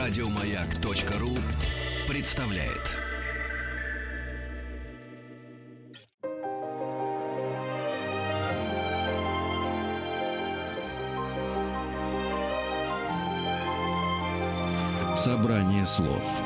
Радиомаяк.ру представляет. Собрание слов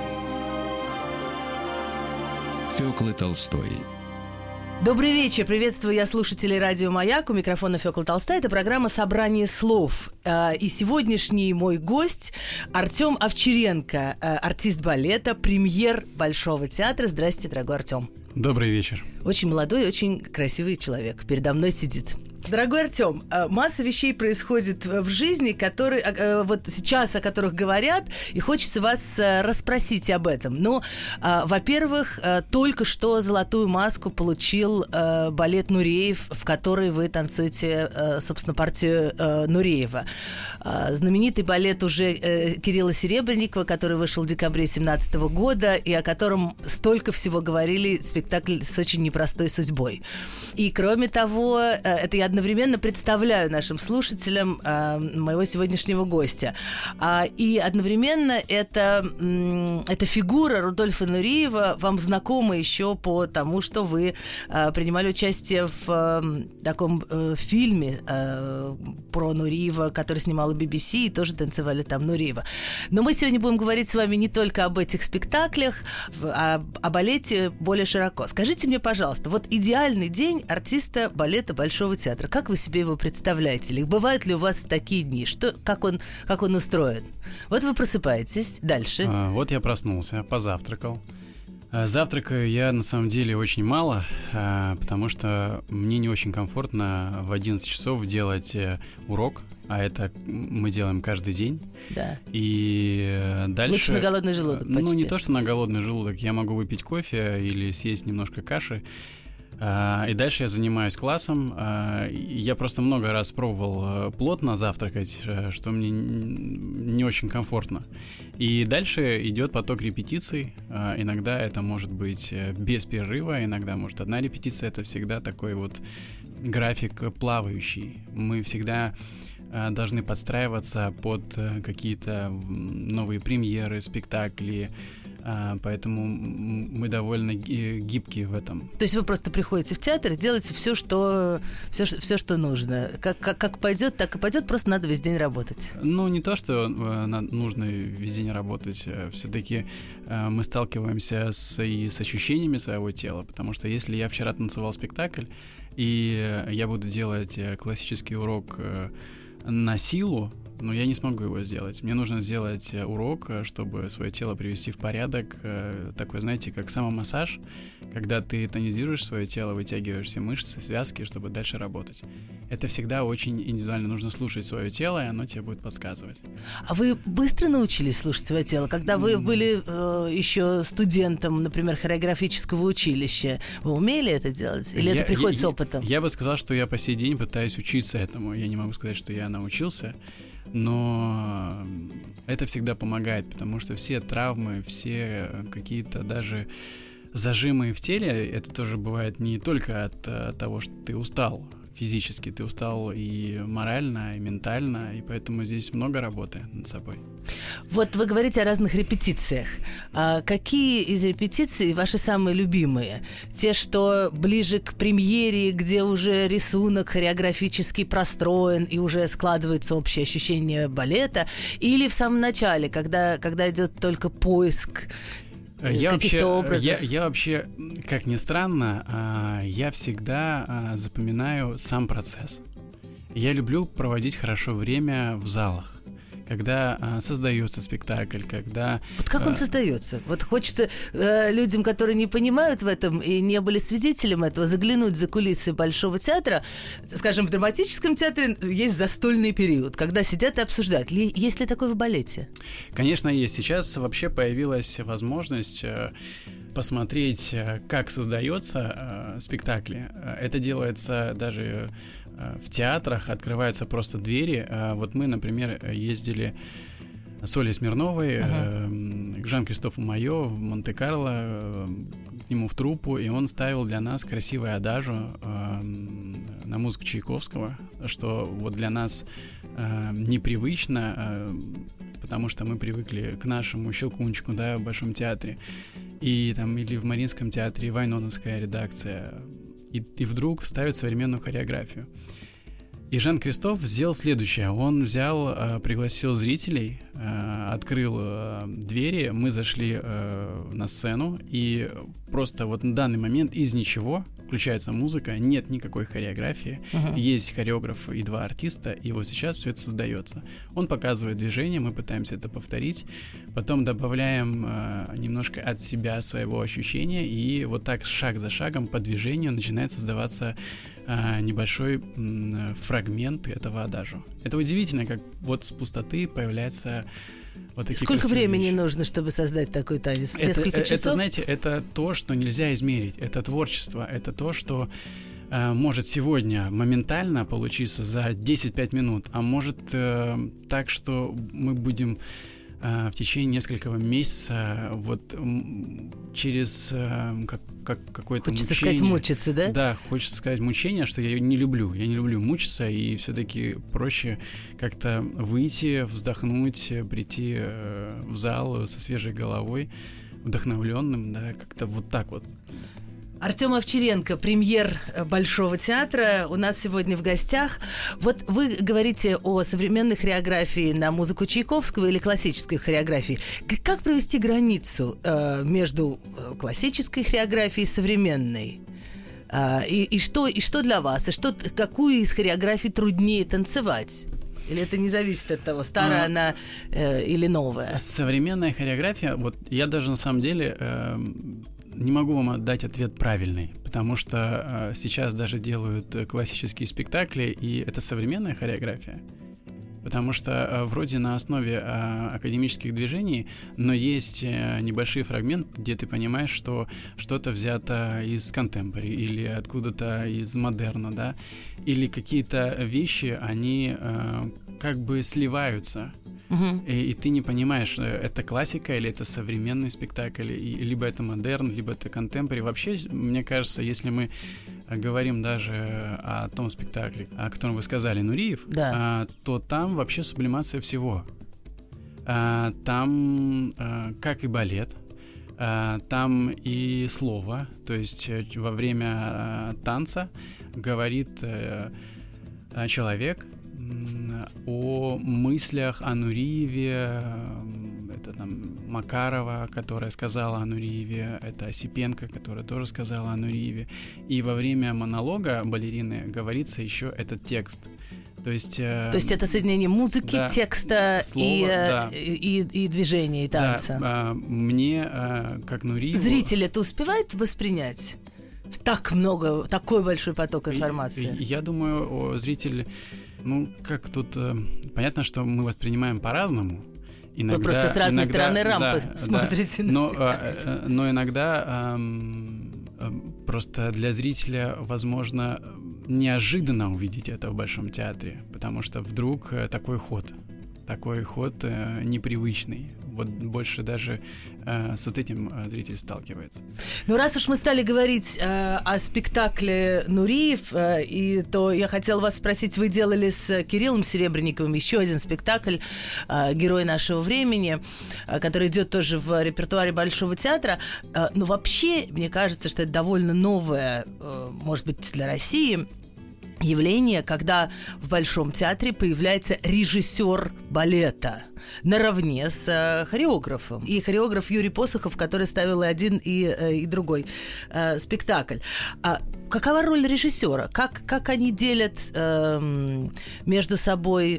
Фёклы Толстой. Добрый вечер, приветствую я слушателей радио «Маяк», у микрофона Фёкла Толстая, это программа «Собрание слов». И сегодняшний мой гость Артём Овчаренко, артист балета, премьер Большого театра. Здрасте, дорогой Артём. Добрый вечер. Очень молодой, очень красивый человек передо мной сидит. Дорогой Артём, масса вещей происходит в жизни, которые вот сейчас о которых говорят, и хочется вас расспросить об этом. Ну, во-первых, только что золотую маску получил балет «Нуреев», в который вы танцуете, собственно, партию Нуреева. Знаменитый балет уже Кирилла Серебренникова, который вышел в декабре 2017 года, и о котором столько всего говорили, спектакль с очень непростой судьбой. И, кроме того, это я одновременно представляю нашим слушателям моего сегодняшнего гостя. И одновременно эта фигура Рудольфа Нуреева вам знакома еще по тому, что вы принимали участие в таком фильме про Нуреева, который снимала BBC, и тоже танцевали там Нуреева. Но мы сегодня будем говорить с вами не только об этих спектаклях, а о балете более широко. Скажите мне, пожалуйста, вот идеальный день артиста балета Большого театра. Как вы себе его представляете? Или бывают ли у вас такие дни? Как он устроен? Вот вы просыпаетесь, дальше. Вот я проснулся, позавтракал. Завтракаю я на самом деле очень мало, потому что мне не очень комфортно в 11 часов делать урок, а это мы делаем каждый день. Да. И дальше... Лучше на голодный желудок почти. Ну, не то, что на голодный желудок. Я могу выпить кофе или съесть немножко каши. И дальше я занимаюсь классом. Я просто много раз пробовал плотно завтракать, что мне не очень комфортно. И дальше идет поток репетиций. Иногда это может быть без перерыва, иногда может одна репетиция. Это всегда такой вот график плавающий. Мы всегда должны подстраиваться под какие-то новые премьеры, спектакли. Поэтому мы довольно гибкие в этом. То есть вы просто приходите в театр и делаете все, что нужно. Как пойдет, так и пойдет, просто надо весь день работать. Ну, не то, что нужно весь день работать. Все-таки мы сталкиваемся с ощущениями своего тела, потому что если я вчера танцевал спектакль, и я буду делать классический урок на силу, но я не смогу его сделать. Мне нужно сделать урок, чтобы свое тело привести в порядок. Такой, знаете, как самомассаж, когда ты тонизируешь свое тело, вытягиваешь все мышцы, связки, чтобы дальше работать. Это всегда очень индивидуально. Нужно слушать свое тело, и оно тебе будет подсказывать. А вы быстро научились слушать свое тело? Когда вы были еще студентом, например, хореографического училища, вы умели это делать? Или это приходит с опытом? Я бы сказал, что я по сей день пытаюсь учиться этому. Я не могу сказать, что я научился. Но это всегда помогает, потому что все травмы, все какие-то даже зажимы в теле, это тоже бывает не только от того, что ты устал физически, ты устал и морально, и ментально, и поэтому здесь много работы над собой. Вот вы говорите о разных репетициях. Какие из репетиций ваши самые любимые? Те, что ближе к премьере, где уже рисунок хореографически простроен и уже складывается общее ощущение балета, или в самом начале, когда идет только поиск каких-то образов? Я вообще, как ни странно, я всегда запоминаю сам процесс. Я люблю проводить хорошо время в залах, когда создается спектакль, когда... Вот как он создается? Вот хочется людям, которые не понимают в этом и не были свидетелем этого, заглянуть за кулисы Большого театра. Скажем, в драматическом театре есть застольный период, когда сидят и обсуждают. Есть ли такое в балете? Конечно, есть. Сейчас вообще появилась возможность посмотреть, как создается спектакли. Это делается даже в театрах, открываются просто двери. Вот мы, например, ездили с Олей Смирновой к Жан-Кристофу Майо в Монте-Карло, к нему в труппу, и он ставил для нас красивую адажу на музыку Чайковского, что вот для нас непривычно, потому что мы привыкли к нашему Щелкунчику, да, в Большом театре, и там или в Мариинском театре Вайноновская редакция, и вдруг ставит современную хореографию. И Жан-Кристоф сделал следующее. Он взял, пригласил зрителей, открыл двери, мы зашли на сцену, и просто вот на данный момент из ничего включается музыка, нет никакой хореографии, есть хореограф и 2 артиста, и вот сейчас все это создается. Он показывает движение, мы пытаемся это повторить, потом добавляем немножко от себя, своего ощущения, и вот так шаг за шагом по движению начинает создаваться небольшой фрагмент этого адажу. Это удивительно, как вот с пустоты появляется вот такие. Сколько времени вещи. нужно, чтобы создать такой танец? Несколько часов? Это, знаете, это то, что нельзя измерить. Это творчество. Это то, что может сегодня моментально получиться за 10-5 минут, а может так, что мы будем в течение нескольких месяцев вот через какое-то хочется мучение. Сказать, мучиться, да? Да, хочется сказать мучение, что я не люблю. Я не люблю мучиться, и все-таки проще как-то выйти, вздохнуть, прийти в зал со свежей головой, вдохновленным, да, как-то вот так вот. Артем Овчаренко, премьер Большого театра, у нас сегодня в гостях. Вот вы говорите о современной хореографии на музыку Чайковского или классической хореографии. Как провести границу между классической хореографией и современной? И что для вас? Какую из хореографий труднее танцевать? Или это не зависит от того, старая она или новая? Современная хореография, вот я даже на самом деле не могу вам дать ответ правильный, потому что сейчас даже делают классические спектакли, и это современная хореография. Потому что вроде на основе академических движений, но есть небольшие фрагменты, где ты понимаешь, что что-то взято из контемпори или откуда-то из модерна, да, или какие-то вещи, они как бы сливаются. И ты не понимаешь, это классика или это современный спектакль, либо это модерн, либо это контемпори. Вообще, мне кажется, если мы говорим даже о том спектакле, о котором вы сказали, Нуриев, да, то там вообще сублимация всего. Там как и балет, там и слово, то есть во время танца говорит человек о мыслях о Нуриеве, это там Макарова, которая сказала о Нуриеве, это Осипенко, которая тоже сказала о Нуриеве. И во время монолога балерины говорится еще этот текст. То есть это соединение музыки, да, текста слова, и движения, и танца. Да, мне, как Нуриеву... Зритель это успевает воспринять? Так много, такой большой поток информации. Я думаю, зритель... Ну, как тут... понятно, что мы воспринимаем по-разному. Иногда, вы просто с разной стороны рампы смотрите на спектакль. Но иногда просто для зрителя, возможно, неожиданно увидеть это в Большом театре, потому что вдруг такой ход непривычный. Вот больше даже с вот этим зритель сталкивается. Ну, раз уж мы стали говорить о спектакле «Нуриев», то я хотела вас спросить, вы делали с Кириллом Серебренниковым еще один спектакль «Герой нашего времени», который идет тоже в репертуаре Большого театра. Но вообще, мне кажется, что это довольно новое, может быть, для России явление, когда в Большом театре появляется режиссер балета наравне с хореографом. И хореограф Юрий Посохов, который ставил и один, и другой спектакль. Какова роль режиссера? Как они делят между собой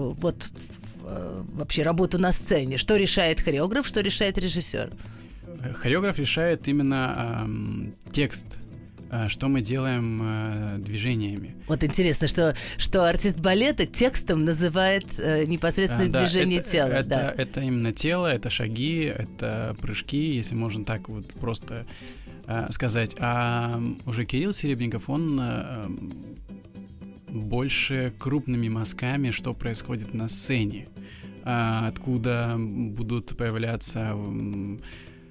вообще работу на сцене? Что решает хореограф, что решает режиссер? Хореограф решает именно текст, что мы делаем движениями. Вот интересно, что артист балета текстом называет непосредственно движение тела. Это именно тело, это шаги, это прыжки, если можно так вот просто сказать. А уже Кирилл Серебренников, он больше крупными мазками, что происходит на сцене, откуда будут появляться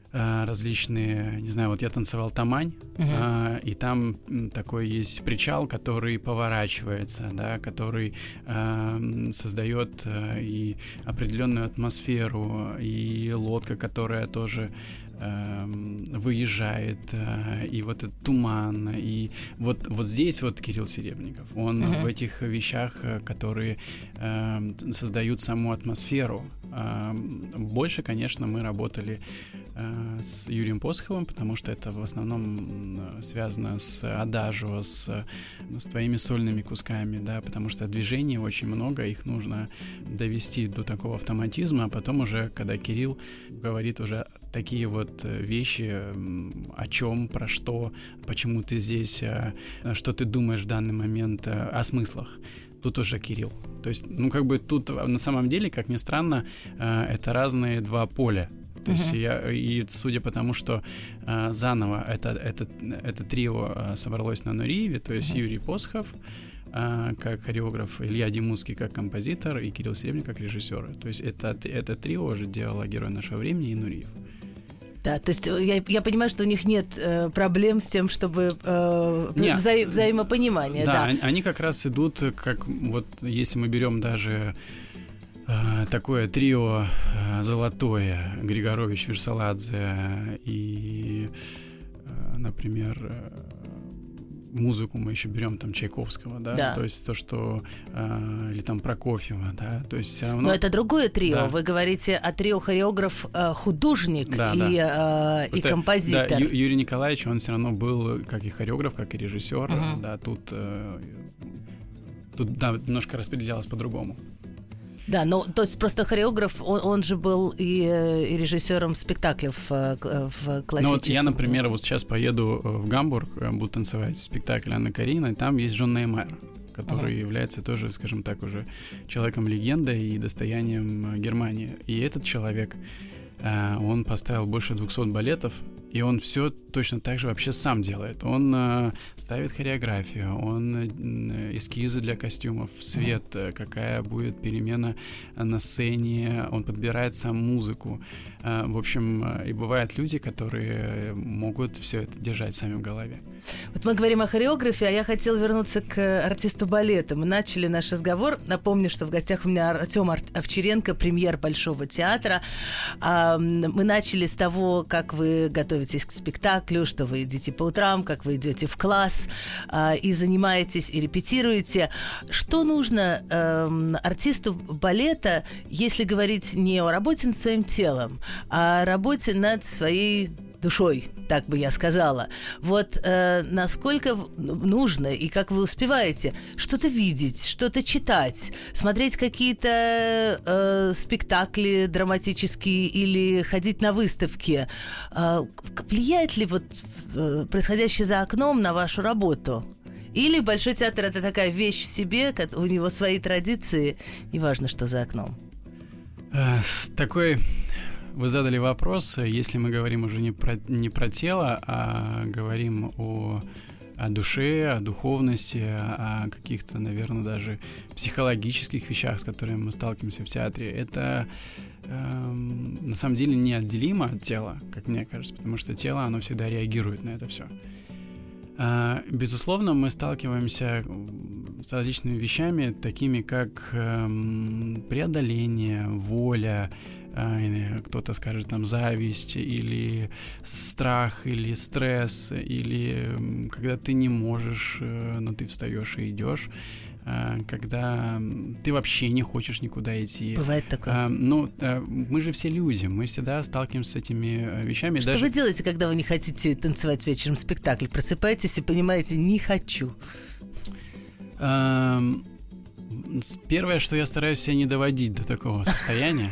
различные, не знаю, вот я танцевал тамань, и там такой есть причал, который поворачивается, да, который создает и определенную атмосферу, и лодка, которая тоже выезжает, и вот этот туман, и вот здесь вот Кирилл Серебренников, он в этих вещах, которые создают саму атмосферу. Больше, конечно, мы работали с Юрием Посоховым, потому что это в основном связано с адажио, с твоими сольными кусками, да, потому что движений очень много, их нужно довести до такого автоматизма, а потом уже, когда Кирилл говорит уже такие вот вещи, о чем, про что, почему ты здесь, что ты думаешь в данный момент, о смыслах. Тут уже Кирилл. То есть, ну, как бы тут на самом деле, как ни странно, это разные два поля. То есть и судя по тому, что заново это трио собралось на Нуриеве, то есть Юрий Посохов как хореограф, Илья Димуцкий как композитор и Кирилл Серебренников как режиссер. То есть это трио уже делало «Герой нашего времени» и Нуриев. Да, то есть я понимаю, что у них нет проблем с тем, чтобы взаимопонимание. Да, они как раз идут, как вот если мы берем даже такое трио золотое, Григорович, Версаладзе и, например, музыку мы еще берем там Чайковского, да? То есть то, что или там Прокофьева, да, то есть все равно. Но это другое трио. Да. Вы говорите о трио хореограф, художник и композитор. Да, Юрий Николаевич, он все равно был как и хореограф, как и режиссер, да, тут немножко распределялось по-другому. Да, но то есть просто хореограф, он же был и режиссером спектаклей в классическом. Ну вот я, например, вот сейчас поеду в Гамбург, буду танцевать спектакль Анна Каренина, и там есть Джон Неймайер, который является тоже, скажем так, уже человеком-легендой и достоянием Германии. И этот человек, он поставил больше 200 балетов, и он все точно так же вообще сам делает. Он ставит хореографию, он эскизы для костюмов, свет, какая будет перемена на сцене, он подбирает сам музыку. В общем, и бывают люди, которые могут все это держать сами в голове. Вот мы говорим о хореографии, а я хотела вернуться к артисту балета. Мы начали наш разговор. Напомню, что в гостях у меня Артем Овчаренко, премьер Большого театра. Мы начали с того, как вы готовитесь к спектаклю, что вы идете по утрам, как вы идете в класс и занимаетесь, и репетируете. Что нужно артисту балета, если говорить не о работе над своим телом, а о работе над своей душой, так бы я сказала. Вот насколько нужно и как вы успеваете что-то видеть, что-то читать, смотреть какие-то спектакли драматические или ходить на выставки. Влияет ли вот происходящее за окном на вашу работу? Или Большой театр — это такая вещь в себе, у него свои традиции, неважно, что за окном? Вы задали вопрос, если мы говорим уже не про тело, а говорим о душе, о духовности, о каких-то, наверное, даже психологических вещах, с которыми мы сталкиваемся в театре. Это на самом деле неотделимо от тела, как мне кажется, потому что тело, оно всегда реагирует на это все. Безусловно, мы сталкиваемся с различными вещами, такими как преодоление, воля, кто-то скажет там зависть, или страх, или стресс, или когда ты не можешь, но ты встаешь и идешь, когда ты вообще не хочешь никуда идти. Бывает такое. Мы же все люди, мы всегда сталкиваемся с этими вещами. Что вы делаете, когда вы не хотите танцевать вечером спектакль? Просыпаетесь и понимаете, не хочу. Первое, что я стараюсь себя не доводить до такого состояния,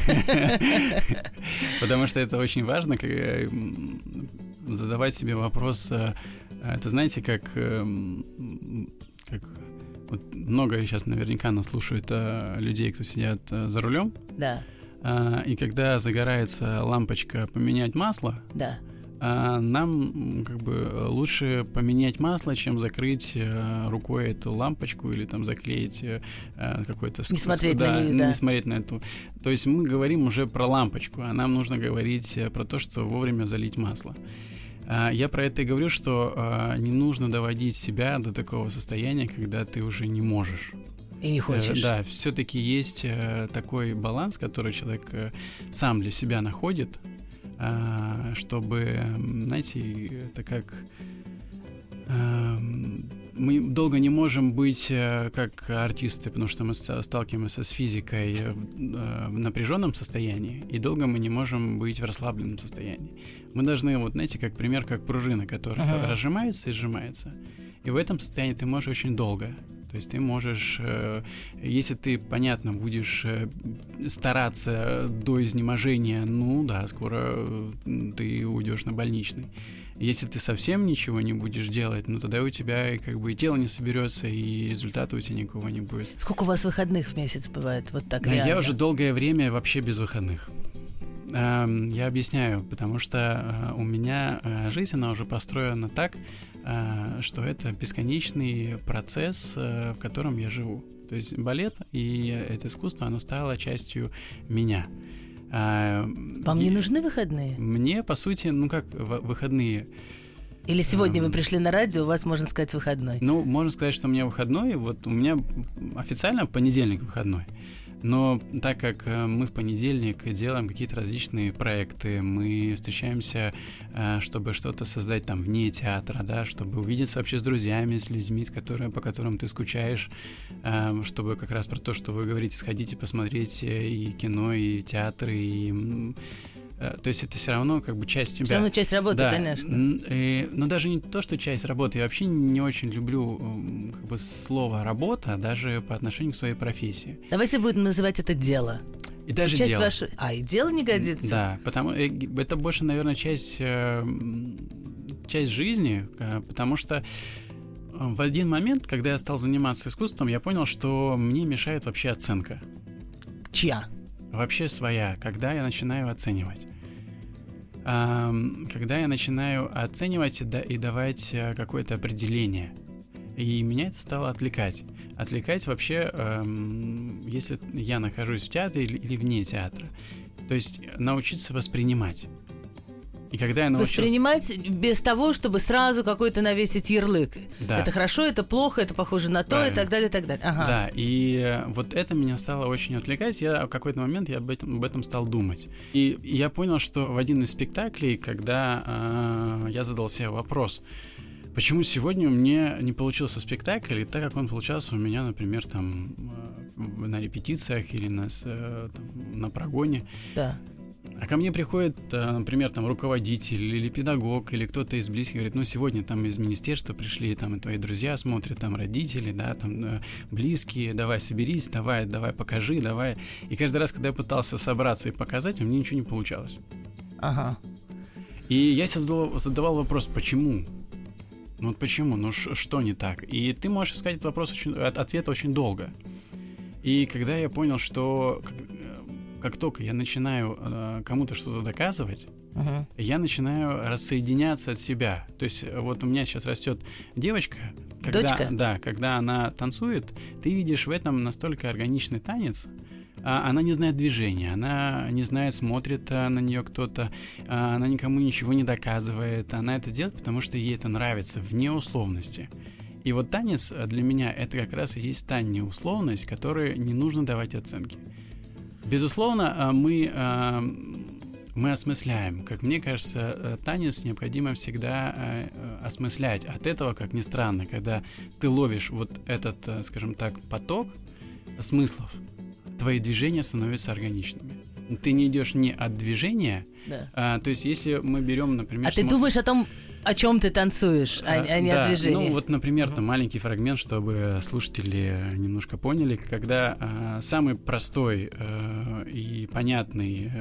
потому что это очень важно, задавать себе вопрос. Это знаете, как вот много сейчас наверняка нас слушают людей, кто сидят за рулем. Да. И когда загорается лампочка поменять масло, да, нам как бы лучше поменять масло, чем закрыть рукой эту лампочку или там заклеить какой-то... Не смотреть на нее, да. Не смотреть на эту. То есть мы говорим уже про лампочку, а нам нужно говорить про то, что вовремя залить масло. Я про это и говорю, что не нужно доводить себя до такого состояния, когда ты уже не можешь. И не хочешь. Да, все-таки есть такой баланс, который человек сам для себя находит, чтобы, знаете, это как... Мы долго не можем быть как артисты, потому что мы сталкиваемся с физикой в напряженном состоянии, и долго мы не можем быть в расслабленном состоянии. Мы должны, вот знаете, как пример, как пружина, которая разжимается и сжимается. И в этом состоянии ты можешь очень долго. То есть ты можешь, если ты, понятно, будешь стараться до изнеможения, ну да, скоро ты уйдешь на больничный. Если ты совсем ничего не будешь делать, ну тогда у тебя как бы и тело не соберется, и результата у тебя никакого не будет. Сколько у вас выходных в месяц бывает? Вот так реально? Я уже долгое время вообще без выходных. Я объясняю, потому что у меня жизнь, она уже построена так, что это бесконечный процесс, в котором я живу. То есть балет и это искусство, оно стало частью меня. Вам не нужны выходные? Мне, по сути, ну как выходные. Или сегодня вы пришли на радио, у вас, можно сказать, выходной? Ну, можно сказать, что у меня выходной. Вот у меня официально понедельник выходной. Но так как мы в понедельник делаем какие-то различные проекты, мы встречаемся, чтобы что-то создать там вне театра, да, чтобы увидеться вообще с друзьями, с людьми, по которым ты скучаешь, чтобы как раз про то, что вы говорите, сходите посмотреть и кино, и театр, и... То есть это все равно как бы часть тебя. Все равно часть работы, да. Конечно. Но даже не то, что часть работы. Я вообще не очень люблю как бы слово «работа», даже по отношению к своей профессии. Давайте будем называть это «дело». И даже часть дело. И дело не годится? Да, потому это больше, наверное, часть жизни, потому что в один момент, когда я стал заниматься искусством, я понял, что мне мешает вообще оценка. Чья? Вообще своя, когда я начинаю оценивать. Когда я начинаю оценивать и давать какое-то определение. И меня это стало отвлекать. Отвлекать вообще, если я нахожусь в театре или вне театра. То есть научиться воспринимать. И когда я научился... Воспринимать без того, чтобы сразу какой-то навесить ярлык. Да. Это хорошо, это плохо, это похоже на то, правильно. И так далее, и так далее. Ага. Да, и вот это меня стало очень отвлекать. В какой-то момент я об этом стал думать. И я понял, что в один из спектаклей, когда я задал себе вопрос, почему сегодня у меня не получился спектакль, и так как он получался у меня, например, там на репетициях или на прогоне. Да. А ко мне приходит, например, там руководитель или педагог, или кто-то из близких, говорит, ну, сегодня там из министерства пришли, там и твои друзья смотрят, там родители, да, там близкие, давай соберись, давай покажи, давай. И каждый раз, когда я пытался собраться и показать, у меня ничего не получалось. Ага. И я себе задавал вопрос, почему? Ну вот почему? Ну что не так? И ты можешь искать этот вопрос ответ очень долго. И когда я понял, что как только я начинаю кому-то что-то доказывать, я начинаю рассоединяться от себя. То есть вот у меня сейчас растет девочка, когда она танцует, ты видишь в этом настолько органичный танец. Она не знает движения, она не знает, смотрит на нее кто-то, она никому ничего не доказывает. Она это делает, потому что ей это нравится, вне условности. И вот танец для меня это как раз и есть та неусловность, которой не нужно давать оценки. Безусловно, мы осмысляем. Как мне кажется, танец необходимо всегда осмыслять. От этого, как ни странно, когда ты ловишь вот этот, скажем так, поток смыслов, твои движения становятся органичными. Ты не идешь не от движения, то есть если мы берем, например... ты думаешь о том, о чем ты танцуешь, а не о движении. Ну вот, например, там маленький фрагмент, чтобы слушатели немножко поняли, когда самый простой и понятный,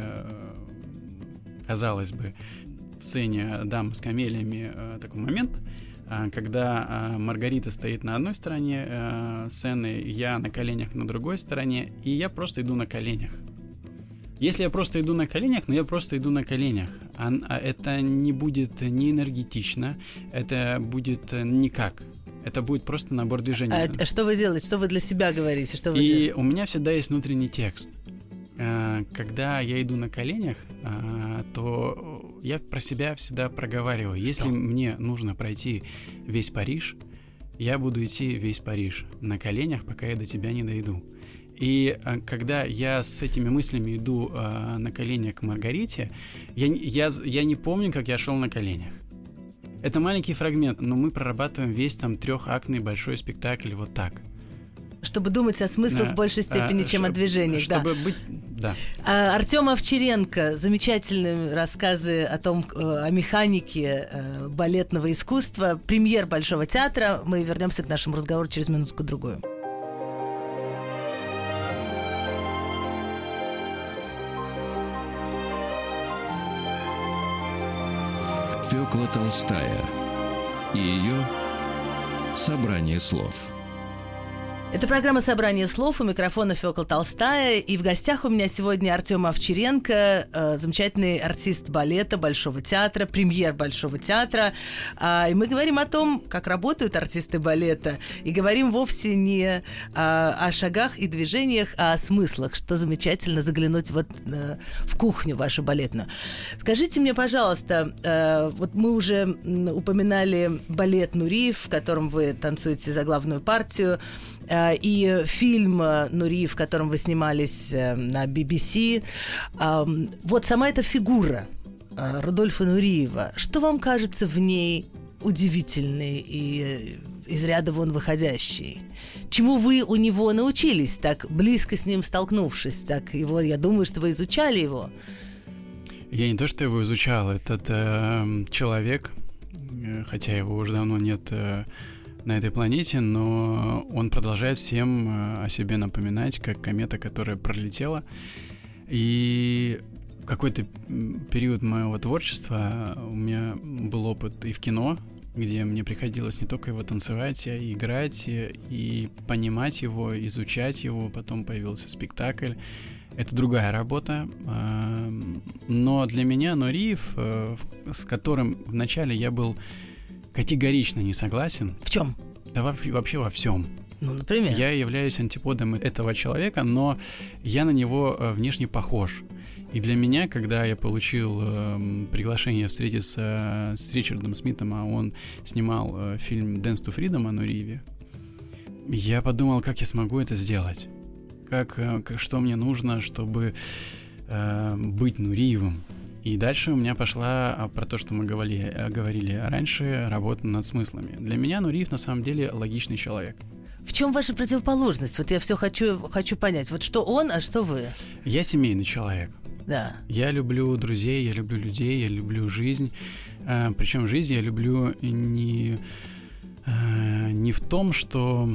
казалось бы, в сцене «Дам с камелиями» такой момент, когда Маргарита стоит на одной стороне сцены, я на коленях на другой стороне, и я просто иду на коленях. Если я просто иду на коленях, я просто иду на коленях. Это не будет ни энергетично, это будет никак. Это будет просто набор движений. А что вы делаете? Что вы для себя говорите? Что вы делаете? У меня всегда есть внутренний текст. Когда я иду на коленях, то я про себя всегда проговариваю. Если мне нужно пройти весь Париж, я буду идти весь Париж на коленях, пока я до тебя не дойду. И когда я с этими мыслями иду на коленях к Маргарите, я не помню, как я шел на коленях. Это маленький фрагмент, но мы прорабатываем весь там 3-актный большой спектакль вот так. Чтобы думать о смыслах в большей степени, чем о движениях. Чтобы быть... Да. Артем Овчаренко, замечательные рассказы о том, о механике балетного искусства, премьер Большого театра. Мы вернемся к нашему разговору через минутку-другую. Фёкла Толстая и ее собрание слов. Это программа «Собрание слов», у микрофона Фёкла Толстая, и в гостях у меня сегодня Артем Овчаренко, замечательный артист балета Большого театра, премьер Большого театра. И мы говорим о том, как работают артисты балета, и говорим вовсе не о шагах и движениях, а о смыслах, что замечательно заглянуть вот в кухню вашу балетную. Скажите мне, пожалуйста, вот мы уже упоминали балет «Нуриев», в котором вы танцуете заглавную партию, и фильм «Нуриев», в котором вы снимались на BBC. Вот сама эта фигура Рудольфа Нуриева, что вам кажется в ней удивительной и из ряда вон выходящей? Чему вы у него научились, так близко с ним столкнувшись? Так его, я думаю, что вы изучали его. Я не то, что его изучал, этот человек, хотя его уже давно нет на этой планете, но он продолжает всем о себе напоминать, как комета, которая пролетела. И в какой-то период моего творчества у меня был опыт и в кино, где мне приходилось не только его танцевать, а и играть, и понимать его, изучать его. Потом появился спектакль. Это другая работа. Но для меня Нуриев, с которым вначале я был категорично не согласен. В чем? Да вообще во всем. Ну, например? Я являюсь антиподом этого человека, но я на него внешне похож. И для меня, когда я получил приглашение встретиться с Ричардом Смитом, а он снимал фильм «Dance to Freedom» о Нуриеве, я подумал, как я смогу это сделать. Что мне нужно, чтобы быть Нуриевым. И дальше у меня пошла про то, что мы говорили раньше, работа над смыслами. Для меня Нуриев на самом деле логичный человек. В чем ваша противоположность? Вот я все хочу понять. Вот что он, а что вы? Я семейный человек. Да. Я люблю друзей, я люблю людей, я люблю жизнь. Причем жизнь я люблю не в том, что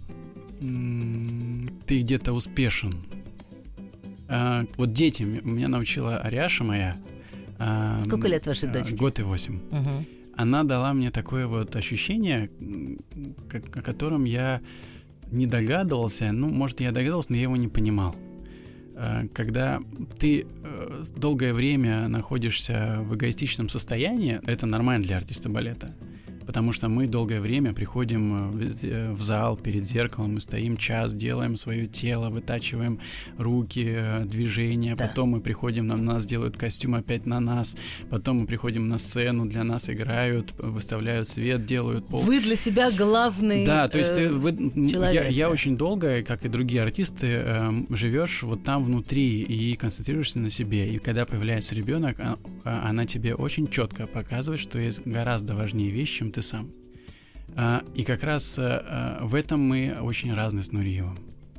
ты где-то успешен. Вот дети меня научила Аряша моя. Сколько лет вашей дочке? 1 год и 8. Угу. Она дала мне такое вот ощущение, о котором я не догадывался. Ну, может, я догадывался, но я его не понимал. Когда ты долгое время находишься в эгоистичном состоянии, это нормально для артиста балета. Потому что мы долгое время приходим в зал перед зеркалом, мы стоим час, делаем свое тело, вытачиваем руки, движения, да. Потом мы приходим, на нас делают костюм опять на нас, потом мы приходим на сцену, для нас играют, выставляют свет, делают пол. Вы для себя главный да, то есть человек. Я очень долго, как и другие артисты, живешь вот там внутри и концентрируешься на себе. И когда появляется ребенок, она тебе очень четко показывает, что есть гораздо важнее вещи, чем ты сам. И как раз в этом мы очень разные с Нуриевым.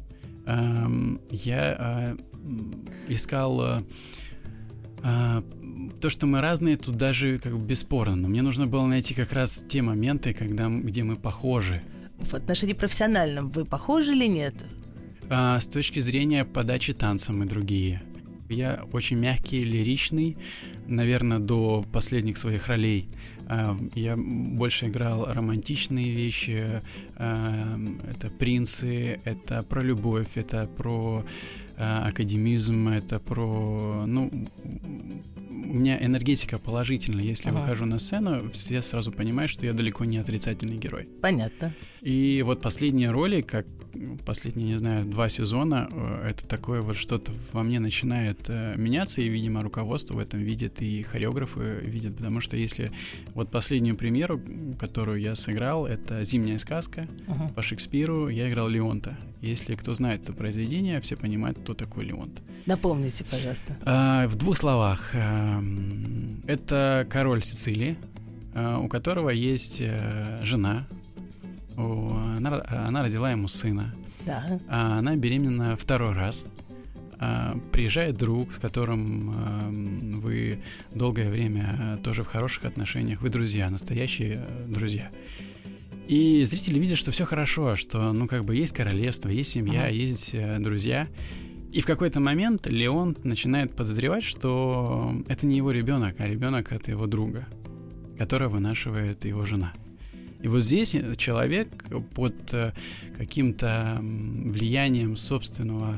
Я искал то, что мы разные, тут даже как бы бесспорно. Но мне нужно было найти как раз те моменты, где мы похожи. В отношении профессиональном вы похожи или нет? С точки зрения подачи танца мы другие. Я очень мягкий, лиричный, наверное, до последних своих ролей. Я больше играл романтичные вещи, это принцы, это про любовь, это про академизм, это про... Ну, у меня энергетика положительная. Если я выхожу на сцену, все сразу понимают, что я далеко не отрицательный герой. Понятно. И вот последние роли, как последние, не знаю, 2 сезона, это такое вот что-то во мне начинает меняться, и, видимо, руководство в этом видит, и хореографы видят, потому что если вот последнюю премьеру, которую я сыграл, это «Зимняя сказка» по Шекспиру, я играл Леонта. Если кто знает это произведение, все понимают, кто такой Леонт. Напомните, пожалуйста. В 2 словах. Это король Сицилии, у которого есть жена. Она родила ему сына. Да. Она беременна 2 раз. Приезжает друг, с которым вы долгое время тоже в хороших отношениях. Вы друзья, настоящие друзья. И зрители видят, что все хорошо, что, ну, как бы есть королевство, есть семья, есть друзья. И в какой-то момент Леон начинает подозревать, что это не его ребенок, а ребенок от его друга, которого вынашивает его жена. И вот здесь человек под каким-то влиянием собственного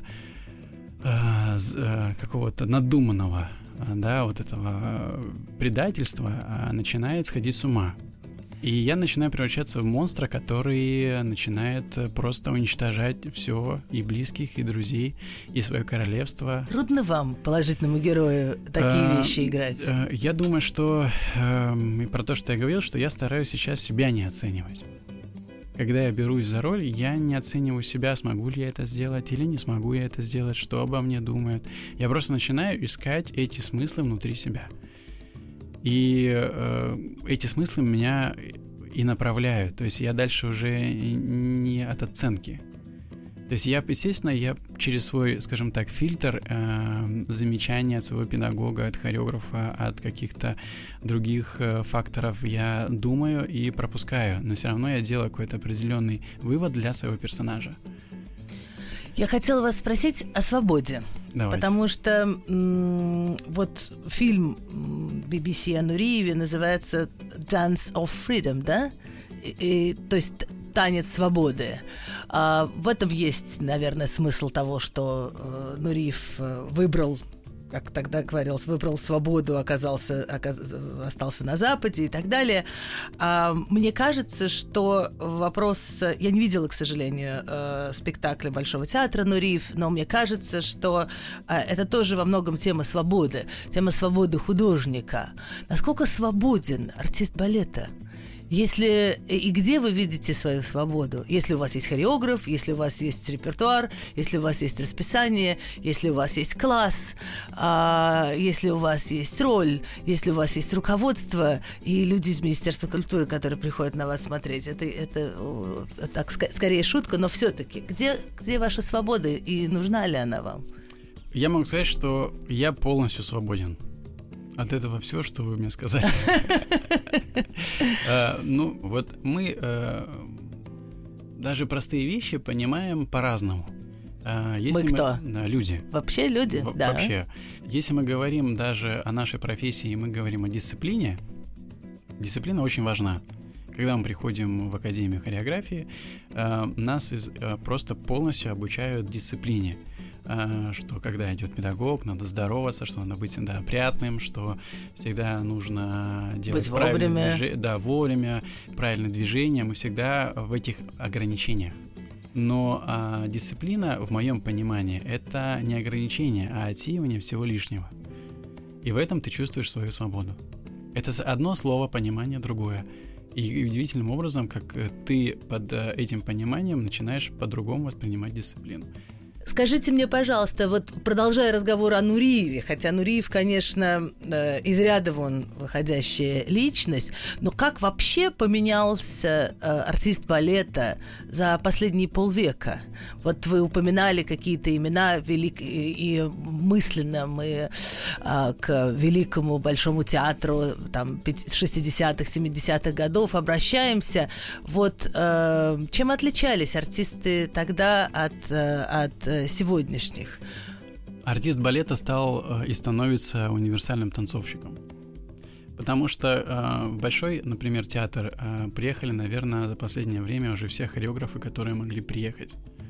какого-то надуманного, да, вот этого предательства начинает сходить с ума. И я начинаю превращаться в монстра, который начинает просто уничтожать все, и близких, и друзей, и свое королевство. Трудно вам, положительному герою, такие вещи играть? Я думаю, что и про то, что я говорил, что я стараюсь сейчас себя не оценивать. Когда я берусь за роль, я не оцениваю себя, смогу ли я это сделать или не смогу я это сделать, что обо мне думают. Я просто начинаю искать эти смыслы внутри себя. И эти смыслы меня и направляют. То есть я дальше уже не от оценки. То есть я, естественно, я через свой, скажем так, фильтр замечания от своего педагога, от хореографа, от каких-то других факторов я думаю и пропускаю. Но все равно я делаю какой-то определенный вывод для своего персонажа. Я хотела вас спросить о свободе. Давайте. Потому что вот фильм BBC о Нуриеве называется «Dance of Freedom», да? То есть «Танец свободы». В этом есть, наверное, смысл того, что Нуриев выбрал, как тогда говорилось, выбрал свободу, остался на Западе и так далее. Мне кажется, что вопрос... Я не видела, к сожалению, спектакля Большого театра «Нуриев», но мне кажется, что это тоже во многом тема свободы художника. Насколько свободен артист балета? Если и где вы видите свою свободу? Если у вас есть хореограф, если у вас есть репертуар, если у вас есть расписание, если у вас есть класс, если у вас есть роль, если у вас есть руководство и люди из Министерства культуры, которые приходят на вас смотреть. Это так, скорее шутка, но все-таки где ваша свобода и нужна ли она вам? Я могу сказать, что я полностью свободен от этого всего, что вы мне сказали. Ну, вот мы даже простые вещи понимаем по-разному. Мы кто? Люди. Вообще люди? Да. Вообще. Если мы говорим даже о нашей профессии, и мы говорим о дисциплине, дисциплина очень важна. Когда мы приходим в Академию хореографии, нас просто полностью обучают дисциплине. Что когда идет педагог, надо здороваться, что надо быть всегда опрятным, что всегда нужно делать правильное движение, вовремя, правильное движение. Мы всегда в этих ограничениях. Но дисциплина, в моем понимании, это не ограничение, а отсеивание всего лишнего. И в этом ты чувствуешь свою свободу. Это одно слово, понимание другое. И удивительным образом, как ты под этим пониманием начинаешь по-другому воспринимать дисциплину. Скажите мне, пожалуйста, вот продолжая разговор о Нуриеве, хотя Нуриев, конечно, из ряда вон выходящая личность, но как вообще поменялся артист балета за последние полвека? Вот вы упоминали какие-то имена и мысленно мы к великому Большому театру там 60-х, 70-х годов обращаемся. Вот чем отличались артисты тогда от сегодняшних? Артист балета стал и становится универсальным танцовщиком. Потому что в Большой, например, театр приехали, наверное, за последнее время уже все хореографы, которые могли приехать.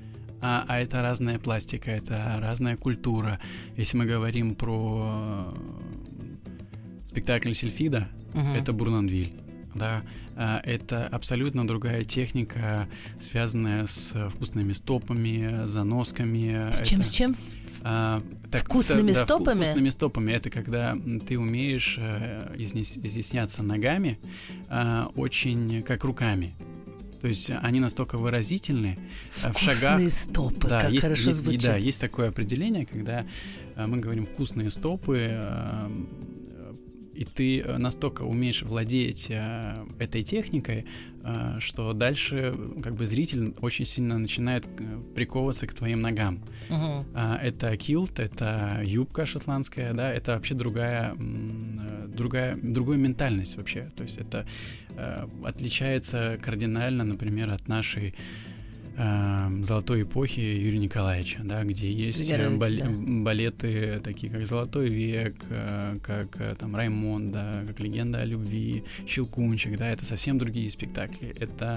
а это разная пластика, это разная культура. Если мы говорим про спектакль Сильфида, это Бурнанвиль. Да, это абсолютно другая техника, связанная с вкусными стопами, заносками. С чем? Вкусными стопами? Вкусными стопами. Это когда ты умеешь изъясняться ногами очень как руками. То есть они настолько выразительны в шагах. Вкусные стопы, да, как хорошо звучит. Да, есть такое определение, когда мы говорим «вкусные стопы», и ты настолько умеешь владеть этой техникой, что дальше как бы зритель очень сильно начинает приковываться к твоим ногам. Это килт, это юбка шотландская, да, это вообще другая ментальность вообще. То есть это отличается кардинально, например, от нашей золотой эпохи Юрия Николаевича, да, где есть балеты такие, как «Золотой век», как там «Раймонда», как «Легенда о любви», «Щелкунчик», да, это совсем другие спектакли. Это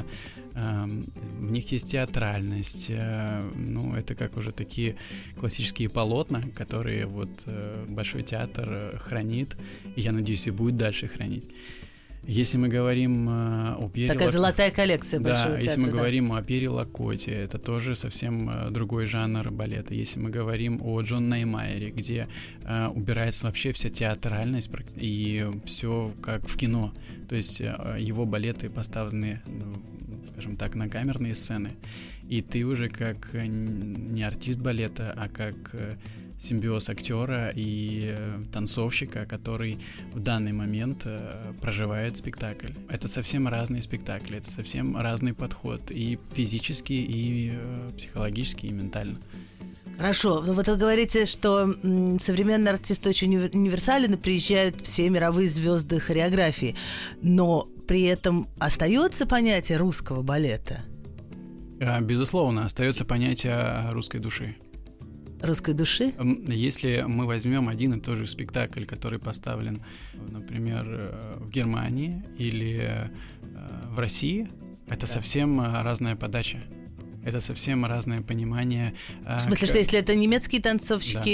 в них есть театральность, это как уже такие классические полотна, которые вот Большой театр хранит, и я надеюсь, и будет дальше хранить. Если мы говорим о Пьере Такая золотая коллекция Большого театра. Если мы говорим о Пьере Лакоте, это тоже совсем другой жанр балета. Если мы говорим о Джон Неймайере, где убирается вообще вся театральность и все как в кино. То есть его балеты поставлены, скажем так, на камерные сцены. И ты уже как не артист балета, а как симбиоз актера и танцовщика, который в данный момент проживает спектакль. Это совсем разные спектакли, это совсем разный подход и физически, и психологически, и ментально. Хорошо, но вот вы говорите, что современные артисты очень универсален, и приезжают все мировые звезды хореографии, но при этом остается понятие русского балета? Безусловно, остается понятие русской души. Русской души? Если мы возьмем один и тот же спектакль, который поставлен, например, в Германии или в России, это совсем разная подача. Это совсем разное понимание. В смысле, что если это немецкие танцовщики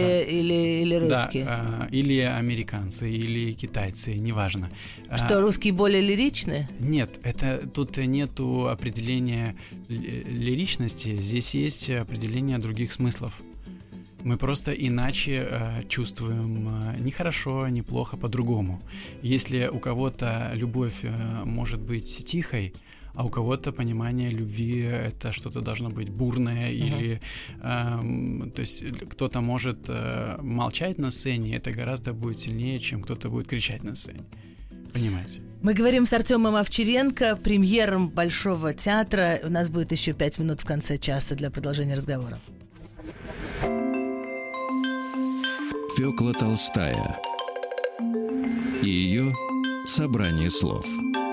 или русские? Да, или американцы, или китайцы, неважно. Что, русские более лиричны? Нет, тут нету определения лиричности, здесь есть определение других смыслов. Мы просто иначе чувствуем не хорошо, не плохо, по-другому. Если у кого-то любовь может быть тихой, а у кого-то понимание любви — это что-то должно быть бурное, или то есть кто-то может молчать на сцене, это гораздо будет сильнее, чем кто-то будет кричать на сцене. Понимаете? Мы говорим с Артемом Овчаренко, премьером Большого театра. У нас будет еще 5 минут в конце часа для продолжения разговора. Фёкла Толстая и ее собрание слов.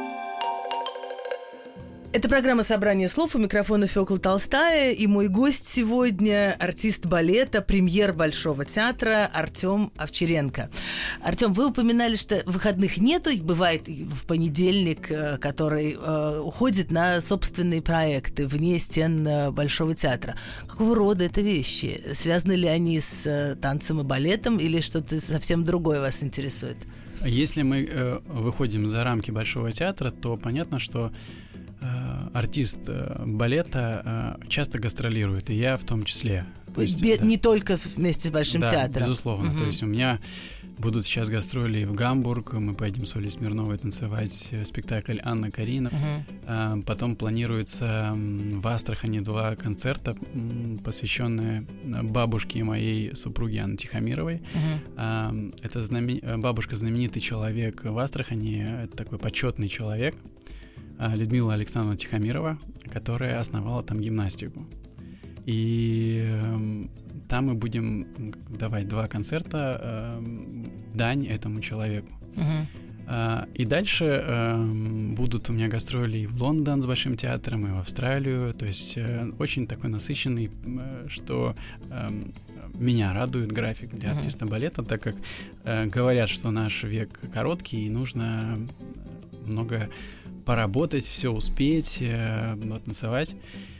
Это программа «Собрание слов». У микрофона Фёкла Толстая. И мой гость сегодня – артист балета, премьер Большого театра Артем Овчаренко. Артем, вы упоминали, что выходных нету. Бывает в понедельник, который уходит на собственные проекты вне стен Большого театра. Какого рода это вещи? Связаны ли они с танцем и балетом или что-то совсем другое вас интересует? Если мы выходим за рамки Большого театра, то понятно, что артист балета часто гастролирует, и я в том числе. То есть, не только вместе с Большим театром. Безусловно. То есть у меня будут сейчас гастроли в Гамбург, мы поедем с Олей Смирновой танцевать спектакль «Анна Карина». Потом планируется в Астрахани 2 концерта, посвященные бабушке моей супруги Анны Тихомировой. Это бабушка — знаменитый человек в Астрахани, это такой почетный человек, Людмила Александровна Тихомирова, которая основала там гимнастику. И там мы будем давать 2 концерта, дань этому человеку. И дальше будут у меня гастроли и в Лондон с Большим театром, и в Австралию. То есть очень такой насыщенный, что меня радует график для артиста балета, так как говорят, что наш век короткий, и нужно много поработать, все успеть, танцевать.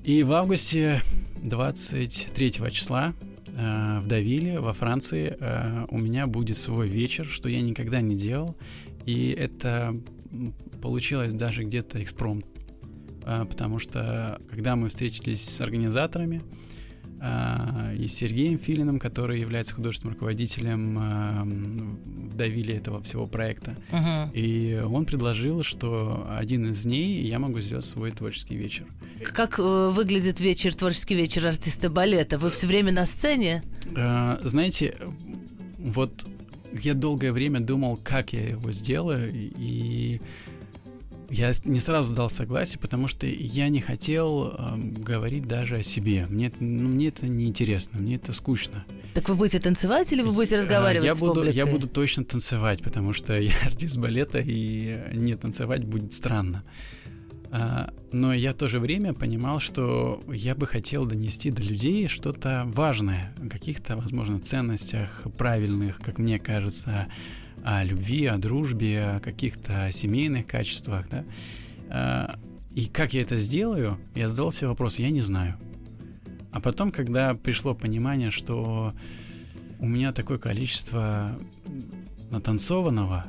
И в августе 23 числа в Девиле, во Франции, у меня будет свой вечер, что я никогда не делал. И это получилось даже где-то экспромт. Потому что, когда мы встретились с организаторами, и с Сергеем Филиным, который является художественным руководителем в Девиле этого всего проекта. И он предложил, что один из дней я могу сделать свой творческий вечер. Как выглядит творческий вечер артиста балета? Вы все время на сцене? Знаете, вот я долгое время думал, как я его сделаю, и я не сразу дал согласие, потому что я не хотел говорить даже о себе. Мне это неинтересно, мне это скучно. Так вы будете танцевать или вы будете разговаривать с публикой? Я буду точно танцевать, потому что я артист балета, и не танцевать будет странно. Но я в то же время понимал, что я бы хотел донести до людей что-то важное, о каких-то, возможно, ценностях правильных, как мне кажется, о любви, о дружбе, о каких-то семейных качествах, да. И как я это сделаю, я задал себе вопрос, я не знаю. А потом, когда пришло понимание, что у меня такое количество натанцованного,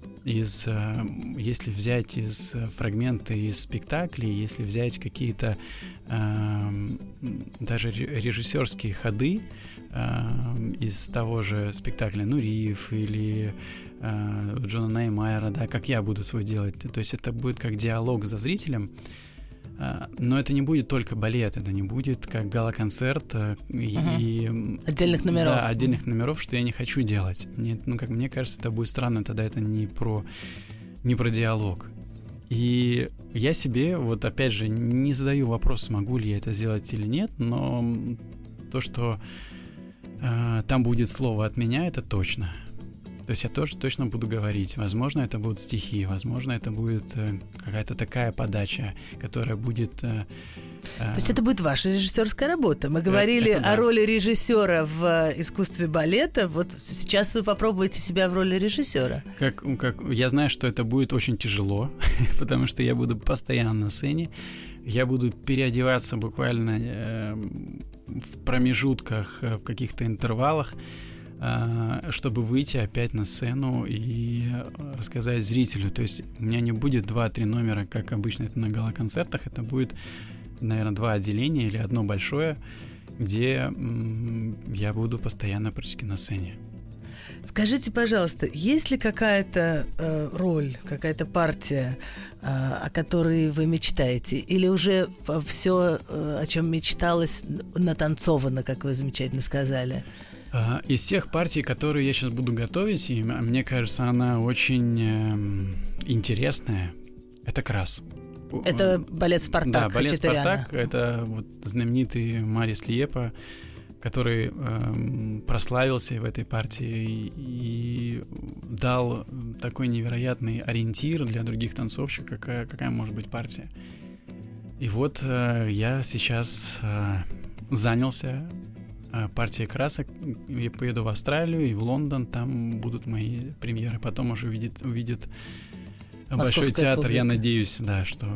если взять из фрагменты из спектаклей, если взять какие-то даже режиссерские ходы из того же спектакля «Нуриев» или Джона Неймайера, да, как я буду свой делать. То есть это будет как диалог за зрителем, но это не будет только балет, это не будет как гала-концерт и отдельных номеров. Да, отдельных номеров, что я не хочу делать. Как мне кажется, это будет странно, тогда это не про диалог. И я себе, вот опять же, не задаю вопрос, смогу ли я это сделать или нет, но то, что там будет слово от меня, это точно. То есть я тоже точно буду говорить. Возможно, это будут стихи, возможно, это будет какая-то такая подача, которая будет... То есть это будет ваша режиссерская работа. Мы говорили о роли режиссера в искусстве балета. Вот сейчас вы попробуете себя в роли режиссера. Я знаю, что это будет очень тяжело, потому что я буду постоянно на сцене. Я буду переодеваться буквально в промежутках, в каких-то интервалах, чтобы выйти опять на сцену и рассказать зрителю. То есть у меня не будет 2-3 номера, как обычно это на гала-концертах. Это будет, наверное, 2 отделения или одно большое, где я буду постоянно практически на сцене. Скажите, пожалуйста, есть ли какая-то роль, какая-то партия, о которой вы мечтаете? Или уже все, о чем мечталось, натанцовано, как вы замечательно сказали? Из тех партий, которые я сейчас буду готовить, и мне кажется, она очень интересная, это «Крас». Это балет «Спартак». Да, балет «Спартак». Это вот знаменитый Марис Лиепа, который прославился в этой партии и дал такой невероятный ориентир для других танцовщиков, какая может быть партия. И вот я сейчас занялся партией красок. Я поеду в Австралию и в Лондон, там будут мои премьеры. Потом уже увидит Большой театр, публика. Я надеюсь, да, что...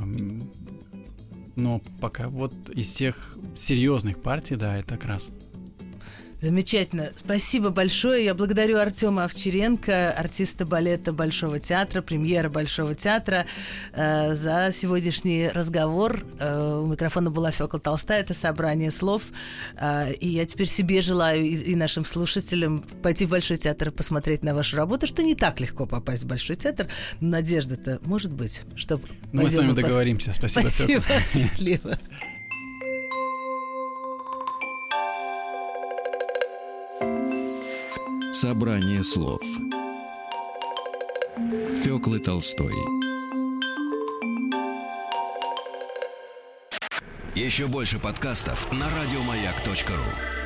Но пока вот из тех серьезных партий, да, это «Крас». Замечательно. Спасибо большое. Я благодарю Артема Овчаренко, артиста балета Большого театра, премьера Большого театра, за сегодняшний разговор. У микрофона была Фёкла Толстая. Это «Собрание слов». И я теперь себе желаю и нашим слушателям пойти в Большой театр и посмотреть на вашу работу, что не так легко попасть в Большой театр. Но надежда-то может быть, что... Мы с вами договоримся. Спасибо, Фёкла. Счастливо. Собрание слов Фёклы Толстой. Еще больше подкастов на радиомаяк.ру.